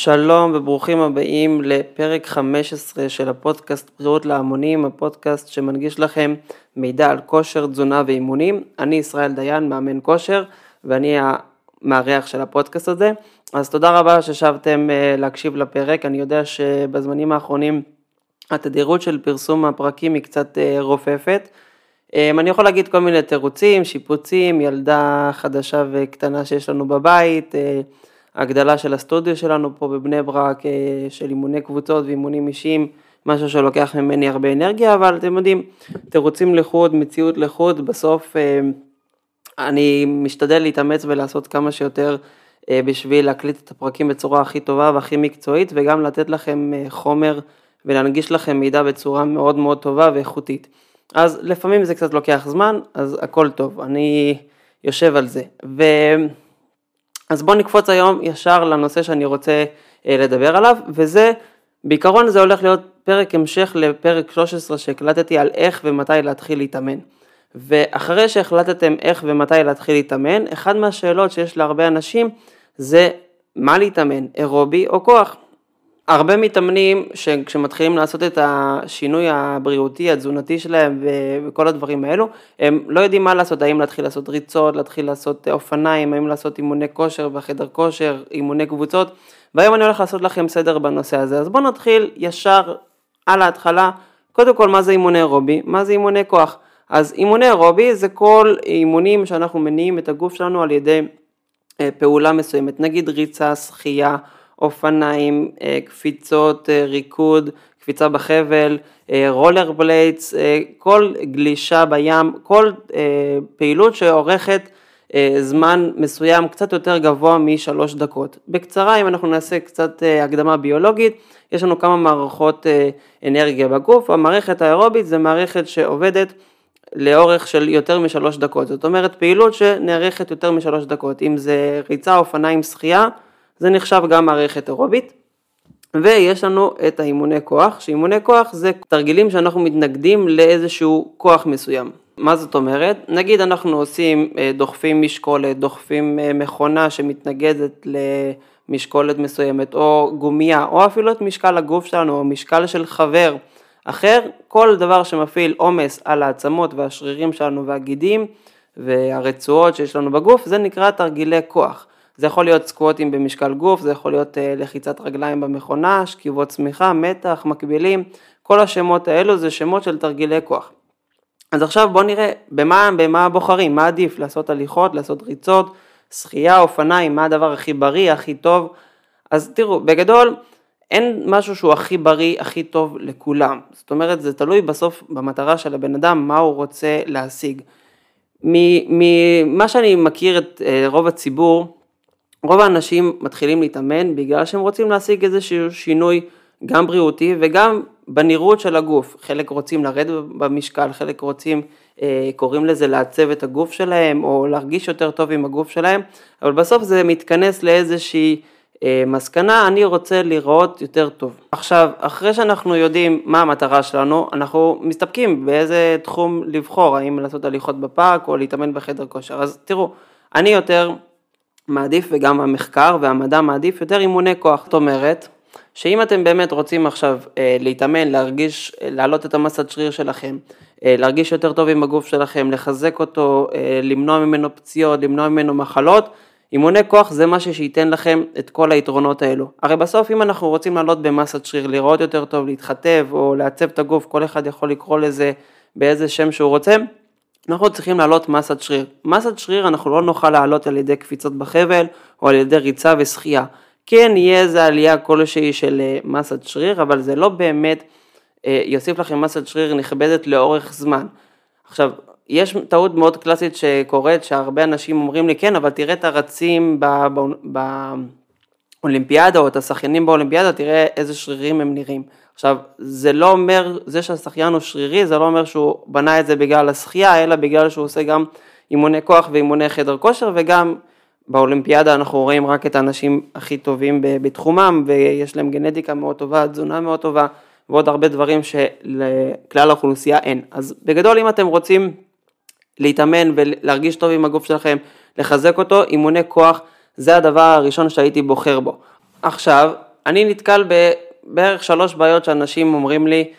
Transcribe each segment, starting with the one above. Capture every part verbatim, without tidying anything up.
שלום וברוכים הבאים לפרק חמש עשרה של הפודקאסט בריאות להמונים, הפודקאסט שמנגיש לכם מידע על כושר, תזונה ואימונים. אני ישראל דיין, מאמן כושר, ואני המארח של הפודקאסט הזה. אז תודה רבה ששבתם להקשיב לפרק. אני יודע שבזמנים האחרונים התדירות של פרסום הפרקים היא קצת רופפת. אני יכול להגיד כל מיני תירוצים, שיפוצים, ילדה חדשה וקטנה שיש לנו בבית, הגדלה של הסטודיו שלנו פה בבני ברק, של אימוני קבוצות ואימונים אישיים, משהו שלוקח ממני הרבה אנרגיה, אבל אתם יודעים, תירוצים לחוד, מציאות לחוד, בסוף אני משתדל להתאמץ ולעשות כמה שיותר בשביל להקליט את הפרקים בצורה הכי טובה והכי מקצועית, וגם לתת לכם חומר ולהנגיש לכם מידע בצורה מאוד מאוד טובה ואיכותית. אז לפעמים זה קצת לוקח זמן, אז הכל טוב, אני יושב על זה. ו... אז בואו נקפוץ היום ישר לנושא שאני רוצה לדבר עליו, וזה, בעיקרון זה הולך להיות פרק המשך לפרק שלוש עשרה שהקלטתי על איך ומתי להתחיל להתאמן. ואחרי שהחלטתם איך ומתי להתחיל להתאמן, אחד מהשאלות שיש להרבה אנשים זה מה להתאמן, אירובי או כוח. הרבה מתאמנים שכשמתחילים לעשות את השינוי הבריאותי, התזונתי שלהם וכל הדברים האלו, הם לא יודעים מה לעשות, האם להתחיל לעשות ריצות, להתחיל לעשות אופניים, האם לעשות אימוני כושר וחדר כושר, אימוני קבוצות, והיום אני הולך לעשות לכם סדר בנושא הזה. אז בואו נתחיל ישר על ההתחלה, קודם כל מה זה אימוני אירובי, מה זה אימוני כוח. אז אימוני אירובי זה כל אימונים שאנחנו מניעים את הגוף שלנו על ידי פעולה מסוימת, נגיד ריצה, שחייה, אופניים, קפיצות, ריקוד, קפיצה בחבל, רולר בליידס, כל גלישה בים, כל פעילות שעורכת זמן מסוים קצת יותר גבוה משלוש דקות. בקצרה, אם אנחנו נעשה קצת הקדמה ביולוגית, יש לנו כמה מערכות אנרגיה בגוף. המערכת האירובית זה מערכת שעובדת לאורך של יותר משלוש דקות. זאת אומרת, פעילות שנערכת יותר משלוש דקות. אם זה ריצה, אופניים, שחייה, זה נחשב גם מערכת אירובית. ויש לנו את האימוני כוח, שאימוני כוח זה תרגילים שאנחנו מתנגדים לאיזשהו כוח מסוים. מה זאת אומרת? נגיד אנחנו עושים דוחפים משקולת, דוחפים מכונה שמתנגדת למשקולת מסוימת, או גומיה, או אפילו את משקל הגוף שלנו, או משקל של חבר אחר, כל דבר שמפעיל עומס על העצמות והשרירים שלנו והגידים והרצועות שיש לנו בגוף, זה נקרא תרגילי כוח. זה יכול להיות סקווטים במשקל גוף, זה יכול להיות לחיצת רגליים במכונה, שכיבות צמיחה, מתח, מקבילים, כל השמות האלו זה שמות של תרגילי כוח. אז עכשיו בואו נראה במה, במה בוחרים, מה עדיף, לעשות הליכות, לעשות ריצות, שחייה, אופניים, מה הדבר הכי בריא, הכי טוב. אז תראו, בגדול אין משהו שהוא הכי בריא, הכי טוב לכולם. זאת אומרת, זה תלוי בסוף במטרה של הבן אדם, מה הוא רוצה להשיג. ממה שאני מכיר את רוב הציבור, רוב האנשים מתחילים להתאמן בגלל שהם רוצים להשיג איזשהו שינוי גם בריאותי וגם בנראות של הגוף. חלק רוצים לרדת במשקל, חלק רוצים, קוראים לזה לעצב את הגוף שלהם או להרגיש יותר טוב עם הגוף שלהם, אבל בסוף זה מתכנס לאיזושהי מסקנה, אני רוצה לראות יותר טוב. עכשיו, אחרי שאנחנו יודעים מה המטרה שלנו, אנחנו מסתפקים באיזה תחום לבחור, האם לעשות הליכות בפארק או להתאמן בחדר כושר. אז תראו, אני יותר מעדיף, וגם המחקר והמדע מעדיף יותר אימוני כוח. זאת אומרת, שאם אתם באמת רוצים עכשיו אה, להתאמן, להרגיש, להעלות את המסת שריר שלכם, אה, להרגיש יותר טוב עם הגוף שלכם, לחזק אותו, אה, למנוע ממנו פציעות, למנוע ממנו מחלות, אימוני כוח זה מה שייתן לכם את כל היתרונות האלו. הרי בסוף אם אנחנו רוצים לעלות במסת שריר, לראות יותר טוב, להתחתב או לעצב את הגוף, כל אחד יכול לקרוא לזה באיזה שם שהוא רוצה, אנחנו צריכים לעלות מסת שריר. מסת שריר אנחנו לא נוכל לעלות על ידי קפיצות בחבל או על ידי ריצה ושחייה. כן, יהיה איזו עלייה כלשהי של מסת שריר, אבל זה לא באמת יוסיף לכם מסת שריר נכבדת לאורך זמן. עכשיו, יש טעות מאוד קלאסית שקורית, שהרבה אנשים אומרים לי, כן, אבל תראה את הרצים באולימפיאדה או את השחיינים באולימפיאדה, תראה איזה שרירים הם נראים. עכשיו, זה לא אומר, זה שהשחיין הוא שרירי, זה לא אומר שהוא בנה את זה בגלל השחייה, אלא בגלל שהוא עושה גם אימוני כוח ואימוני חדר כושר, וגם באולימפיאדה אנחנו רואים רק את האנשים הכי טובים בתחומם, ויש להם גנטיקה מאוד טובה, תזונה מאוד טובה, ועוד הרבה דברים שלכלל האוכלוסייה אין. אז בגדול, אם אתם רוצים להתאמן ולהרגיש טוב עם הגוף שלכם, לחזק אותו, אימוני כוח, זה הדבר הראשון שהייתי בוחר בו. עכשיו, אני נתקל בערך שלוש בעיות שאנשים אומרים לי,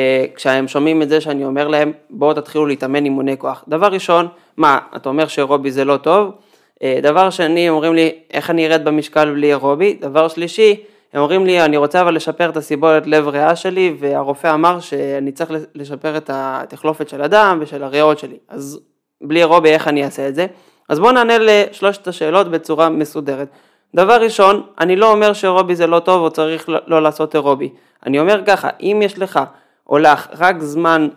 כשהם שומעים את זה שאני אומר להם, בואו תתחילו להתאמן אימוני כוח. דבר ראשון, מה, אתה אומר שאירובי זה לא טוב? דבר שני, אומרים לי, איך אני ארד במשקל בלי אירובי? דבר שלישי, הם אומרים לי, אני רוצה אבל לשפר את הסיבולת לב ריאה שלי, והרופא אמר שאני צריך לשפר את התחלופת של הדם ושל הריאות שלי. אז בלי אירובי, איך אני אעשה את זה? אז בואו נענה לשלושת השאלות בצורה מסודרת. דבר ראשון, אני לא אומר שאירובי זה לא טוב או צריך לא לעשות אירובי. אני אומר ככה, אם יש לך או לך רק זמן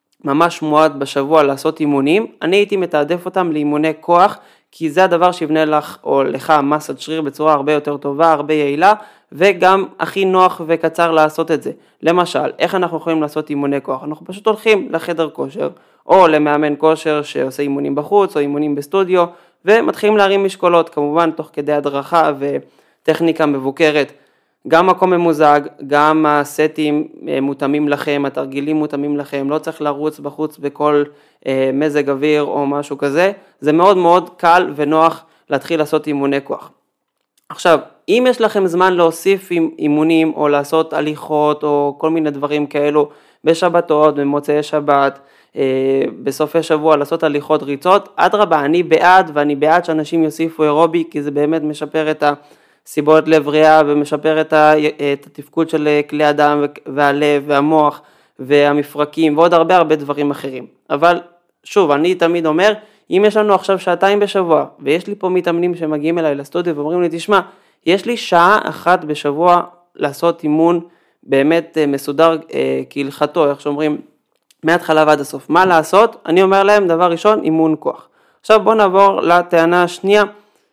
ממש מועד בשבוע לעשות אימונים, אני הייתי מתעדף אותם לאימוני כוח, כי זה הדבר שיבנה לך או לך מסת שריר בצורה הרבה יותר טובה, הרבה יעילה, וגם הכי נוח וקצר לעשות את זה. למשל, איך אנחנו יכולים לעשות אימוני כוח? אנחנו פשוט הולכים לחדר כושר, או למאמן כושר שעושה אימונים בחוץ, או אימונים בסטודיו, ומתחילים להרים משקולות, כמובן תוך כדי הדרכה וטכניקה מבוקרת. גם מקום ממוזג, גם הסטים מותאמים לכם, התרגילים מותאמים לכם, לא צריך לרוץ בחוץ בכל אה, מזג אוויר או משהו כזה, זה מאוד מאוד קל ונוח להתחיל לעשות אימוני כוח. עכשיו, אם יש לכם זמן להוסיף אימונים או לעשות הליכות או כל מיני דברים כאלו בשבתות, במוצאי שבת, אה, בסופי שבוע לעשות הליכות ריצות, אדרבה, אני בעד ואני בעד שאנשים יוסיפו אירובי, כי זה באמת משפר את ה... סיבולת לב ריאה ומשפר את התפקוד של כלי הדם והלב והמוח והמפרקים ועוד הרבה הרבה דברים אחרים. אבל שוב, אני תמיד אומר, אם יש לנו עכשיו שעתיים בשבוע ויש לי פה מתאמנים שמגיעים אליי לסטודיו ואומרים לי, תשמע, יש לי שעה אחת בשבוע לעשות אימון באמת מסודר כהלכתו, איך שאומרים, מההתחלה ועד הסוף. מה לעשות? אני אומר להם, דבר ראשון, אימון כוח. עכשיו בואו נעבור לטענה השנייה,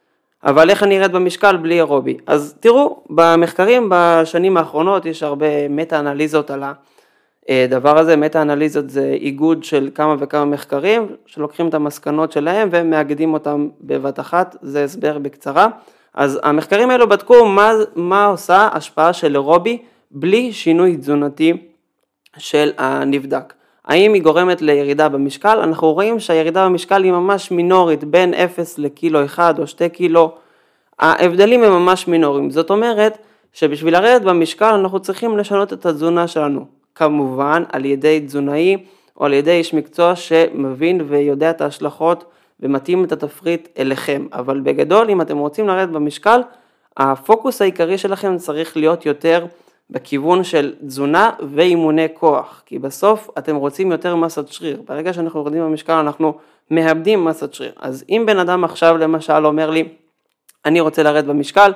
אבל איך אני ארד במשקל בלי אירובי? אז תראו, במחקרים בשנים האחרונות יש הרבה מטה-אנליזות על הדבר הזה. מטה-אנליזות זה איגוד של כמה וכמה מחקרים, שלוקחים את המסקנות שלהם ומאגדים אותם בבת אחת, זה הסבר בקצרה. אז המחקרים האלו בדקו מה, מה עושה השפעה של אירובי בלי שינוי תזונתי של הנבדק. האם היא גורמת לירידה במשקל? אנחנו רואים שהירידה במשקל היא ממש מינורית, בין אפס לקילו אחד או שתי קילו. ההבדלים הם ממש מינוריים. זאת אומרת שבשביל לרדת במשקל אנחנו צריכים לשנות את התזונה שלנו. כמובן על ידי תזונאי או על ידי איש מקצוע שמבין ויודע את ההשלכות ומתאים את התפריט אליכם. אבל בגדול, אם אתם רוצים לרדת במשקל, הפוקוס העיקרי שלכם צריך להיות יותר בכיוון של תזונה ואימוני כוח, כי בסוף אתם רוצים יותר מסת שריר. ברגע שאנחנו יורדים במשקל אנחנו מאבדים מסת שריר. אז אם בן אדם עכשיו למשל אומר לי, אני רוצה לרדת במשקל,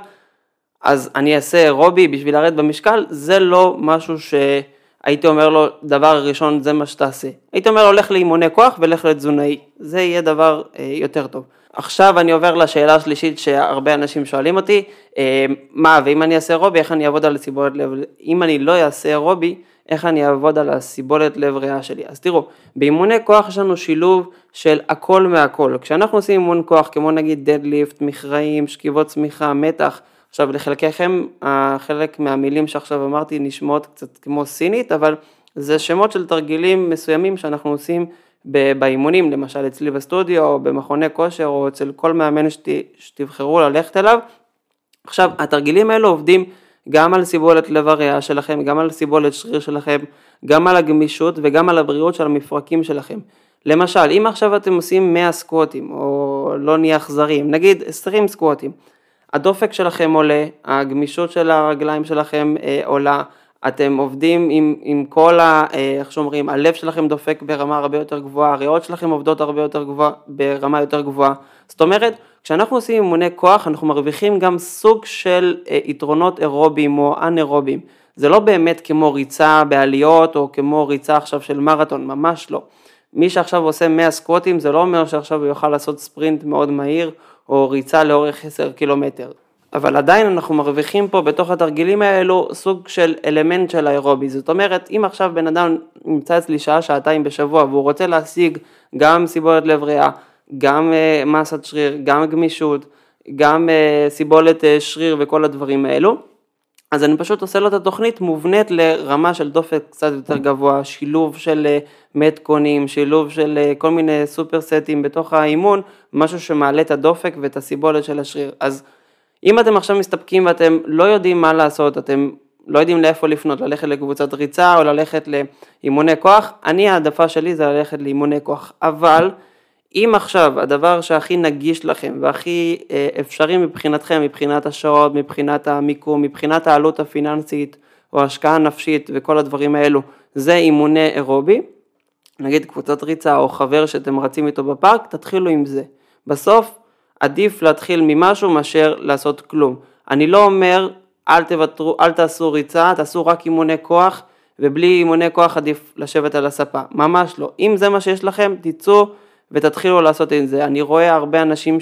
אז אני אעשה אירובי בשביל לרדת במשקל, זה לא משהו שהייתי אומר לו, דבר ראשון זה מה שתעשה. הייתי אומר לו, הולך לאימוני כוח ולך לתזונאי, זה יהיה דבר אה, יותר טוב. עכשיו אני עובר לשאלה השלישית שהרבה אנשים שואלים אותי, מה, ואם אני אעשה אירובי, איך אני אעבוד על הסיבולת לב, אם אני לא אעשה אירובי, איך אני אעבוד על הסיבולת לב ריאה שלי? אז תראו, באימוני כוח יש לנו שילוב של הכל מהכל. כשאנחנו עושים אימון כוח, כמו נגיד דדליפט, מכרעים, שכיבות צמיחה, מתח, עכשיו לחלקכם, החלק מהמילים שעכשיו אמרתי נשמעות קצת כמו סינית, אבל זה שמות של תרגילים מסוימים שאנחנו עושים באימונים, למשל אצלי בסטודיו, או במכוני כושר, או אצל כל מאמן שתבחרו ללכת אליו. עכשיו, התרגילים האלו עובדים גם על סיבולת לב הריאה שלכם, גם על סיבולת שריר שלכם, גם על הגמישות וגם על הבריאות של המפרקים שלכם. למשל, אם עכשיו אתם עושים מאה סקווטים, או לא נהיה אכזריים, נגיד עשרים סקווטים, הדופק שלכם עולה, הגמישות של הרגליים שלכם אה, עולה, אתם עובדים עם, עם כל ה, איך שאומרים, הלב שלכם דופק ברמה הרבה יותר גבוהה, הריאות שלכם עובדות הרבה יותר גבוהה, ברמה יותר גבוהה. זאת אומרת, כשאנחנו עושים אימוני כוח, אנחנו מרוויחים גם סוג של יתרונות אירוביים או אנאירוביים. זה לא באמת כמו ריצה בעליות או כמו ריצה עכשיו של מרתון, ממש לא. מי שעכשיו עושה מאה סקווטים, זה לא אומר שעכשיו הוא יוכל לעשות ספרינט מאוד מהיר או ריצה לאורך עשרה קילומטר. אבל עדיין אנחנו מרוויחים פה בתוך התרגילים האלו סוג של אלמנט של האירובי. זאת אומרת, אם עכשיו בן אדם נמצא אצלי שעה, שעתיים בשבוע, והוא רוצה להשיג גם סיבולת לב ריאה, גם uh, מסת שריר, גם גמישות, גם uh, סיבולת uh, שריר וכל הדברים האלו, אז אני פשוט עושה לו את התוכנית מובנית לרמה של דופק קצת יותר גבוה, שילוב של uh, מתקונים, שילוב של uh, כל מיני סופר סטים בתוך האימון, משהו שמעלה את הדופק ואת הסיבולת של השריר. אז אם אתם עכשיו מסתפקים ואתם לא יודעים מה לעשות, אתם לא יודעים לאיפה לפנות, ללכת לקבוצת ריצה או ללכת לאימוני כוח, אני העדפה שלי זה ללכת לאימוני כוח, אבל אם עכשיו הדבר שהכי נגיש לכם והכי אפשרי מבחינתכם, מבחינת השעות, מבחינת המיקום, מבחינת העלות הפיננסית או השקעה נפשית וכל הדברים האלו, זה אימוני אירובי, נגיד קבוצת ריצה או חבר שאתם רצים איתו בפארק, תתחילו עם זה. בסוף עדיף להתחיל ממשהו מאשר לעשות כלום. אני לא אומר אל תוותרו, אל תעשו ריצה, תעשו רק אימוני כוח, ובלי אימוני כוח עדיף לשבת על הספה. ממש לא. אם זה מה שיש לכם, תצאו ותתחילו לעשות את זה. אני רואה הרבה אנשים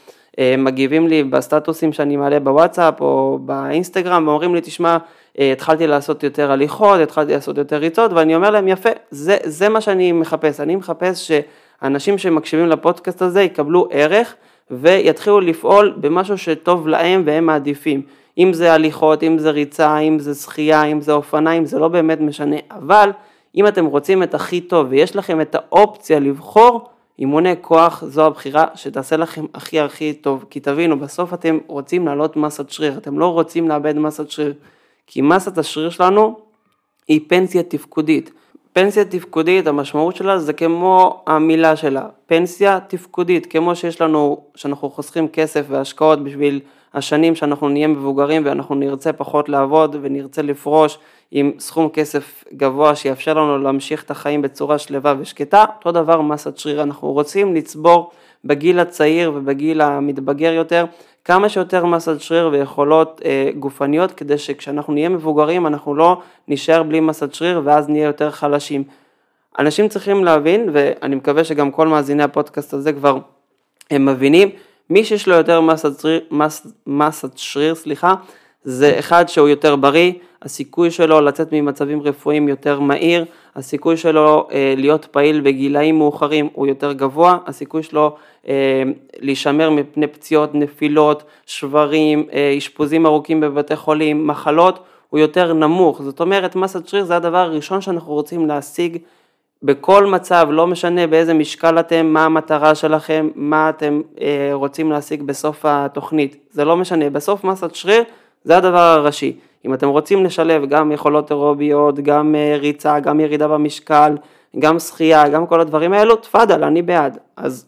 שמגיבים לי בסטטוסים שאני מעלה בוואטסאפ או באינסטגרם, ואומרים לי, תשמע, התחלתי לעשות יותר הליכות, התחלתי לעשות יותר ריצות, ואני אומר להם, יפה, זה, זה מה שאני מחפש. אני מחפש שאנשים שמקשיבים לפודקאסט הזה יקבלו ערך, ויתחילו לפעול במשהו שטוב להם והם מעדיפים. אם זה הליכות, אם זה ריצה, אם זה שחייה, אם זה אופניים, זה לא באמת משנה. אבל אם אתם רוצים את הכי טוב ויש לכם את האופציה לבחור, אימוני כוח זו הבחירה שתעשה לכם הכי הכי טוב. כי תבינו, בסוף אתם רוצים לעלות מסת שריר, אתם לא רוצים לאבד מסת שריר. כי מסת השריר שלנו היא פנסיה תפקודית. פנסיה תפקודית, המשמעות שלה זה כמו המילה שלה, פנסיה תפקודית, כמו שיש לנו, שאנחנו חוסכים כסף והשקעות בשביל השנים שאנחנו נהיה מבוגרים ואנחנו נרצה פחות לעבוד ונרצה לפרוש עם סכום כסף גבוה שיאפשר לנו להמשיך את החיים בצורה שלווה ושקטה, אותו דבר מסת שריר, אנחנו רוצים לצבור בגיל הצעיר ובגיל המתבגר יותר, כמה שיותר מסת שריר ויכולות אה, גופניות, כדי שכשאנחנו נהיה מבוגרים אנחנו לא נשאר בלי מסת שריר ואז נהיה יותר חלשים. אנשים צריכים להבין, ואני מקווה שגם כל מאזיני הפודקאסט הזה כבר הם מבינים, מי שיש לו יותר מסת שריר, מס, מסת שריר, סליחה, זה אחד שהוא יותר בריא, הסיכוי שלו לצאת ממצבים רפואיים יותר מהיר, הסיכוי שלו אה, להיות פעיל בגילאים מאוחרים הוא יותר גבוה, הסיכוי שלו אה, להישמר מפני פציעות, נפילות, שברים, אה, אשפוזים ארוכים בבתי חולים, מחלות, הוא יותר נמוך. זאת אומרת, מסת שריר זה הדבר הראשון שאנחנו רוצים להשיג בכל מצב, לא משנה באיזה משקל אתם, מה המטרה שלכם, מה אתם אה, רוצים להשיג בסוף התוכנית. זה לא משנה, בסוף מסת שריר זה הדבר הראשי. אם אתם רוצים לשלב גם יכולות אירוביות, גם ריצה, גם ירידה במשקל, גם שחייה, גם כל הדברים האלו, תפדל, אני בעד. אז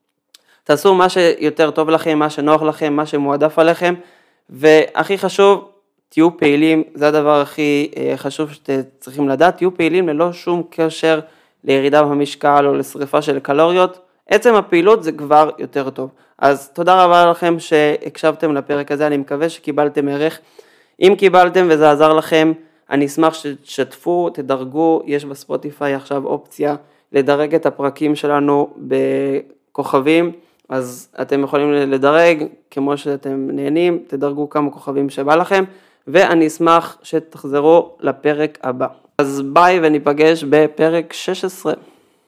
תעשו מה שיותר טוב לכם, מה שנוח לכם, מה שמועדף עליכם, והכי חשוב, תהיו פעילים, זה הדבר הכי חשוב שאתם צריכים לדעת, תהיו פעילים ללא שום קשר לירידה במשקל או לשריפה של קלוריות, עצם הפעילות זה כבר יותר טוב. אז תודה רבה לכם שהקשבתם לפרק הזה, אני מקווה שקיבלתם ערך. אם קיבלתם וזה עזר לכם, אני אשמח שתשתפו, תדרגו, יש בספוטיפיי עכשיו אופציה לדרג את הפרקים שלנו בכוכבים, אז אתם יכולים לדרג כמו שאתם נהנים, תדרגו כמה כוכבים שבא לכם, ואני אשמח שתחזרו לפרק הבא. אז ביי וניפגש בפרק שש עשרה.